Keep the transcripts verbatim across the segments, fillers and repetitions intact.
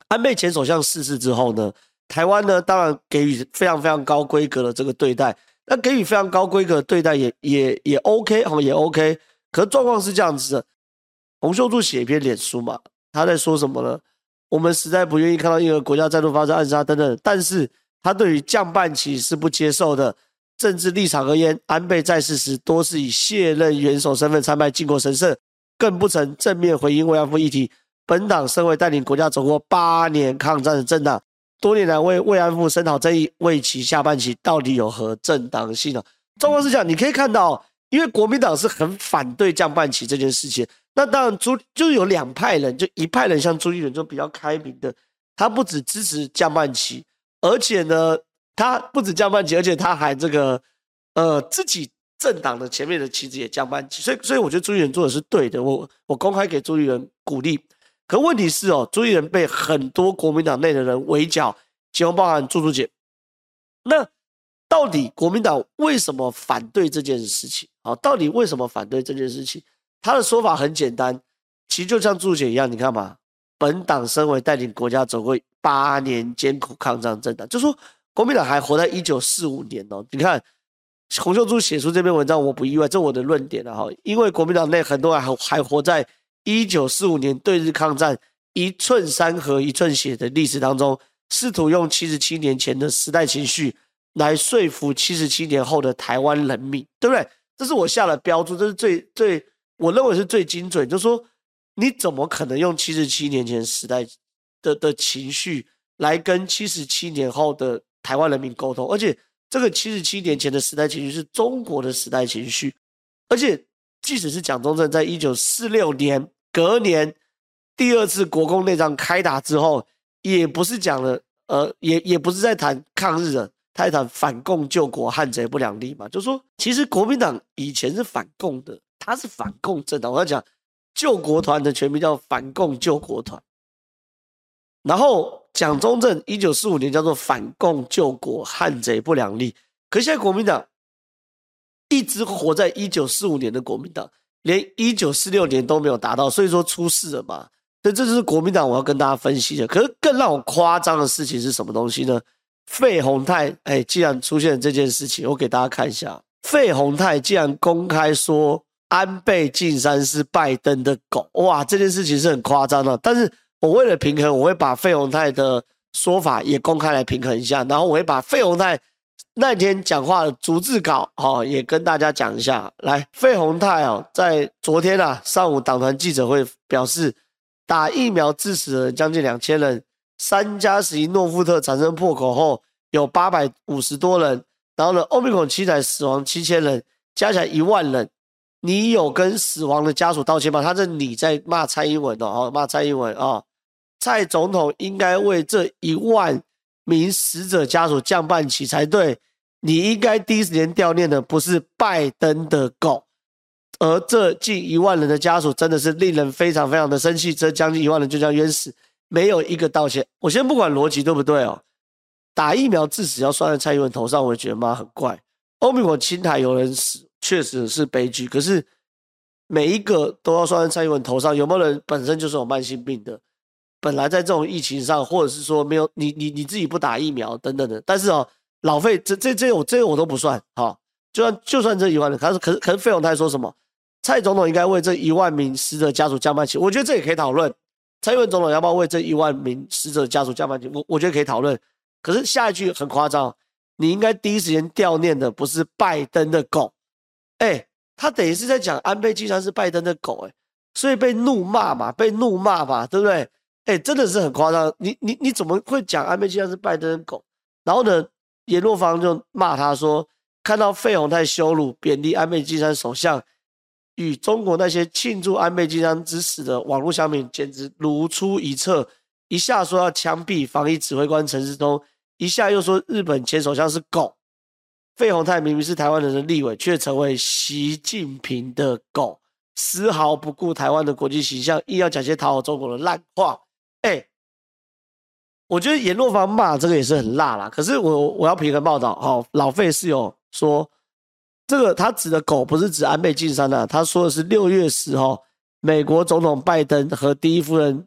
安倍前首相逝世之后呢，台湾呢当然给予非常非常高规格的这个对待，那给予非常高规格的对待也也也 OK 哦，也 OK。可是状况是这样子的，洪秀柱写一篇脸书嘛，他在说什么呢？我们实在不愿意看到一个国家再度发生暗杀等等，但是他对于降半旗是不接受的。政治立场而言，安倍在世时多是以卸任元首身份参拜靖国神社，更不曾正面回应慰安妇议题。本党身为带领国家走过八年抗战的政党，多年来为慰安妇声讨争议，为其下半旗到底有何正当性呢？状况是这样，你可以看到，因为国民党是很反对降半旗这件事情，那当然朱就有两派人，就一派人像朱立伦就比较开明的，他不只支持降半旗，而且呢。他不止降半旗，而且他还这个，呃，自己政党的前面的旗子也降半旗，所以，所以我觉得朱立伦做的是对的，我我公开给朱立伦鼓励。可问题是哦，朱立伦被很多国民党内的人围剿，其中包含朱朱姐。那到底国民党为什么反对这件事情？好，到底为什么反对这件事情？他的说法很简单，其实就像朱姐一样，你看嘛，本党身为带领国家走过八年艰苦抗战政党，就说。国民党还活在一九四五年哦，你看洪秀柱写出这篇文章，我不意外，这是我的论点了哈。因为国民党内很多人还还活在一九四五年对日抗战一寸山河一寸血的历史当中，试图用七十七年前的时代情绪来说服七十七年后的台湾人民，对不对？这是我下了标注，这是最最我认为是最精准，就是说你怎么可能用七十七年前时代 的, 的情绪来跟七十七年后的台湾人民沟通，而且这个七十七年前的时代情绪是中国的时代情绪，而且即使是蒋中正在一九四六年隔年第二次国共内战开打之后，也不是讲了，呃，也也不是在谈抗日的，他在谈反共救国，汉贼不两立嘛，就说其实国民党以前是反共的，他是反共政党，我要讲救国团的全名叫反共救国团。然后蒋中正一九四五年叫做反共救国，汉贼不两立。可是现在国民党一直活在一九四五年的国民党，连一九四六年都没有达到，所以说出事了嘛。所以这就是国民党我要跟大家分析的。可是更让我夸张的事情是什么东西呢？费鸿泰，哎，既然出现了这件事情，我给大家看一下。费鸿泰竟然公开说安倍晋三是拜登的狗，哇，这件事情是很夸张的。但是我为了平衡，我会把费鸿泰的说法也公开来平衡一下，然后我会把费鸿泰那天讲话的逐字稿、哦、也跟大家讲一下。来，费鸿泰、哦、在昨天啊上午党团记者会表示，打疫苗致死的人将近两千人，三加十一诺富特产生破口后有八百五十多人，然后呢 Omicron 七载死亡七千人，加起来一万人。你有跟死亡的家属道歉吗？他这你在骂蔡英文哦，骂蔡英文哦。蔡总统应该为这一万名死者家属降半旗才对，你应该第一时间悼念的不是拜登的狗，而这近一万人的家属真的是令人非常非常的生气，这将近一万人就这样冤死，没有一个道歉。我先不管逻辑对不对哦，打疫苗致死要算在蔡英文头上，我觉得妈很怪。欧米伽侵台有人死，确实是悲剧，可是每一个都要算在蔡英文头上，有没有人本身就是有慢性病的？本来在这种疫情上，或者是说没有你你你自己不打疫苗等等的，但是哦，老费这这这我这我都不算哈、哦，就算就算这一万人，可是可是可是费鸿泰说什么？蔡总统应该为这一万名死者家属降半旗，我觉得这也可以讨论。蔡英文总统要不要为这一万名死者家属降半旗？我我觉得可以讨论。可是下一句很夸张，你应该第一时间悼念的不是拜登的狗，哎，他等于是在讲安倍晋三是拜登的狗，哎，所以被怒骂嘛，被怒骂嘛，对不对？哎，真的是很夸张，你你你怎么会讲安倍晋三是拜登的狗？然后呢，颜若芳就骂他说，看到费鸿泰羞辱贬低安倍晋三首相，与中国那些庆祝安倍晋三之死的网络乡民简直如出一辙，一下说要枪毙防疫指挥官陈时中，一下又说日本前首相是狗。费鸿泰明明是台湾人的立委，却成为习近平的狗，丝毫不顾台湾的国际形象，硬要讲些讨好中国的烂话。哎，我觉得颜若芳骂这个也是很辣啦。可是我我要平衡报道，哦，老费是有说，这个他指的狗不是指安倍晋三啊，他说的是六月十号，美国总统拜登和第一夫人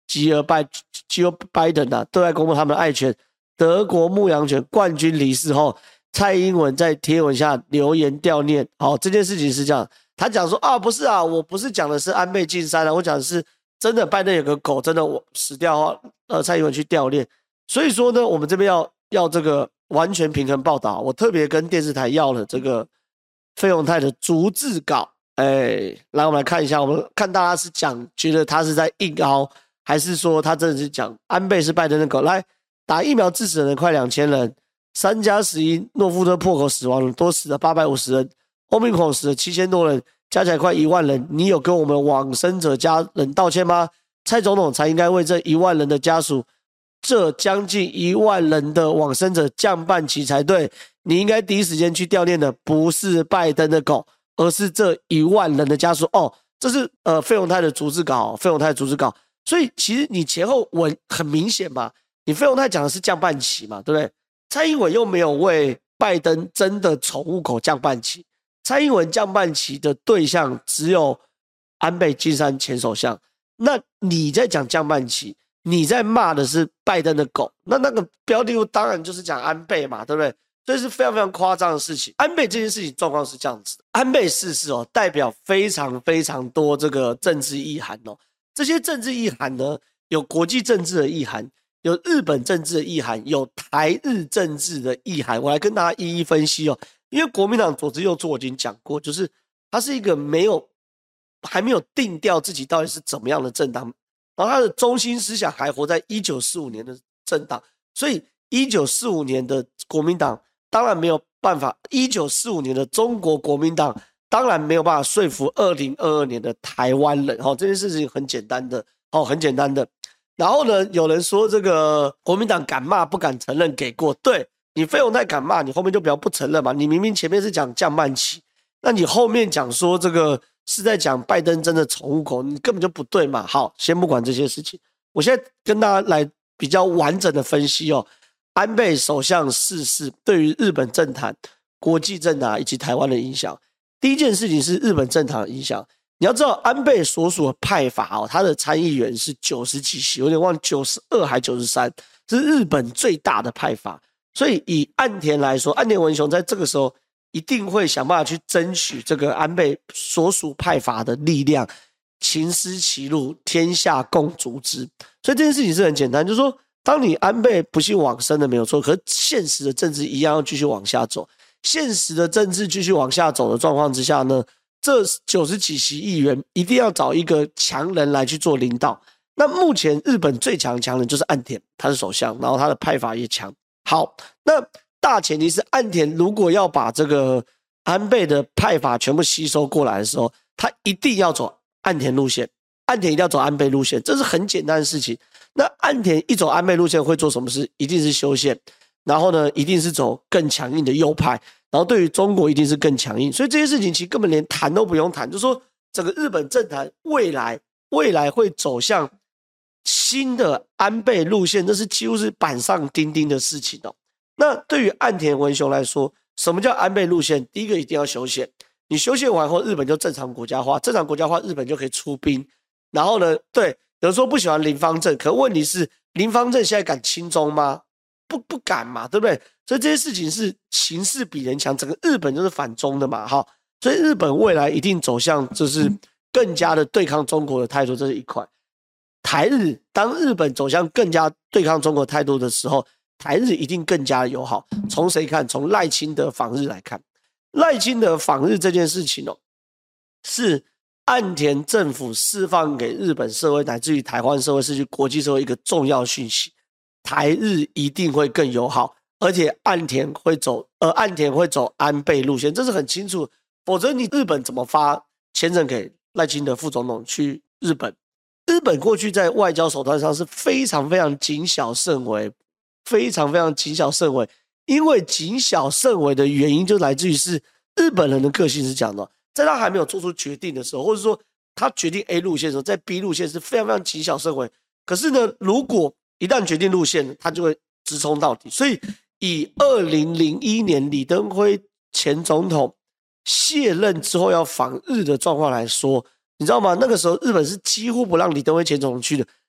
吉尔拜吉尔拜登啊，对外公布他们的爱犬德国牧羊犬冠军离世后，蔡英文在贴文下留言悼念。好，这件事情是这样，他讲说啊，不是啊，我不是讲的是安倍晋三啊，我讲的是真的拜登有个狗真的我死掉啊，呃，蔡英文去悼念。所以说呢，我们这边要要这个完全平衡报道，我特别跟电视台要了这个费鸿泰的逐字稿。哎，来我们来看一下，我们看大家是讲觉得他是在硬凹，还是说他真的是讲安倍是拜登的狗？来，打疫苗致死的人快两千人，三加十一诺富特破口死亡人多死了八百五十人，欧米孔死了七千多人，加起来快一万人。你有跟我们往生者家人道歉吗？蔡总统才应该为这一万人的家属，这将近一万人的往生者降半旗才对。你应该第一时间去悼念的不是拜登的狗，而是这一万人的家属。哦，这是呃费鸿泰的逐字稿，费鸿泰的逐字稿。所以其实你前后文很明显嘛，你费鸿泰讲的是降半旗嘛，对不对？蔡英文又没有为拜登真的宠物狗降半旗，蔡英文降半旗的对象只有安倍晋三前首相。那你在讲降半旗，你在骂的是拜登的狗，那那个标的物当然就是讲安倍嘛，对不对？所以是非常非常夸张的事情。安倍这件事情状况是这样子的，安倍逝世哦，代表非常非常多这个政治意涵哦。这些政治意涵呢，有国际政治的意涵，有日本政治的意涵，有台日政治的意涵。我来跟大家一一分析哦。因为国民党左支右绌我已经讲过，就是它是一个没有还没有定调自己到底是怎么样的政党，然后它的中心思想还活在一九四五年的政党，所以一九四五年的国民党当然没有办法，一九四五年的中国国民党当然没有办法说服二零二二年的台湾人。哦，这件事情很简单的，哦，很简单的。然后呢，有人说这个国民党敢骂不敢承认给过，对，你费鸿泰敢骂，你后面就不要不承认嘛。你明明前面是讲降半旗，那你后面讲说这个是在讲拜登真的宠物狗，你根本就不对嘛。好，先不管这些事情，我现在跟大家来比较完整的分析哦。安倍首相逝世对于日本政坛、国际政坛以及台湾的影响。第一件事情是日本政坛的影响。你要知道，安倍所属的派阀哦，他的参议员是九十几席，有点忘九十二还九十三，是日本最大的派阀。所以以岸田来说，岸田文雄在这个时候一定会想办法去争取这个安倍所属派阀的力量，秦思其路，天下共逐之。所以这件事情是很简单，就是说，当你安倍不幸往生的没有错，可是现实的政治一样要继续往下走。现实的政治继续往下走的状况之下呢，这九十几席议员一定要找一个强人来去做领导。那目前日本最强强人就是岸田，他是首相，然后他的派阀也强。好，那大前提是岸田如果要把这个安倍的派阀全部吸收过来的时候，他一定要走岸田路线，岸田一定要走安倍路线，这是很简单的事情。那岸田一走安倍路线会做什么事？一定是修宪，然后呢，一定是走更强硬的右派，然后对于中国一定是更强硬。所以这些事情其实根本连谈都不用谈，就是说整个日本政坛未来未来会走向新的安倍路线，这是几乎是板上钉钉的事情哦。那对于岸田文雄来说，什么叫安倍路线？第一个一定要修宪，你修宪完后，日本就正常国家化，正常国家化，日本就可以出兵。然后呢，对，有人说不喜欢林芳正，可问题是林芳正现在敢亲中吗？不不敢嘛，对不对？所以这些事情是形势比人强，整个日本就是反中的嘛，哈。所以日本未来一定走向就是更加的对抗中国的态度，这是一块。台日当日本走向更加对抗中国态度的时候，台日一定更加友好。从谁看？从赖清德访日来看，赖清德访日这件事情哦，是岸田政府释放给日本社会乃至于台湾社会，甚至国际社会一个重要讯息：台日一定会更友好，而且岸田会走，呃，岸田会走安倍路线，这是很清楚。否则你日本怎么发签证给赖清德副总统去日本？日本过去在外交手段上是非常非常谨小慎微，非常非常谨小慎微。因为谨小慎微的原因就来自于是日本人的个性是这样的，在他还没有做出决定的时候，或者说他决定 A 路线的时候，在 B 路线是非常非常谨小慎微。可是呢，如果一旦决定路线，他就会直冲到底。所以以二零零一年李登辉前总统卸任之后要访日的状况来说，你知道吗？那个时候日本是几乎不让李登辉前总统去的，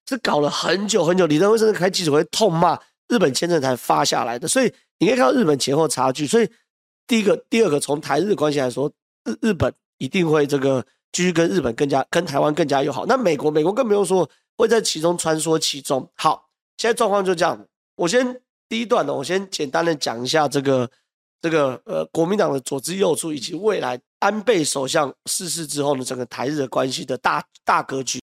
是搞了很久很久，李登辉甚至开记者会痛骂日本签证才发下来的，所以你可以看到日本前后差距。所以第一个、第二个，从台日关系来说，日日本一定会这个继续跟日本更加、跟台湾更加友好。那美国，美国更不用说，会在其中穿梭其中。好，现在状况就这样。我先第一段呢，我先简单的讲一下这个这个呃国民党的左支右绌，以及未来安倍首相逝世之后呢，整个台日的关系的大大格局。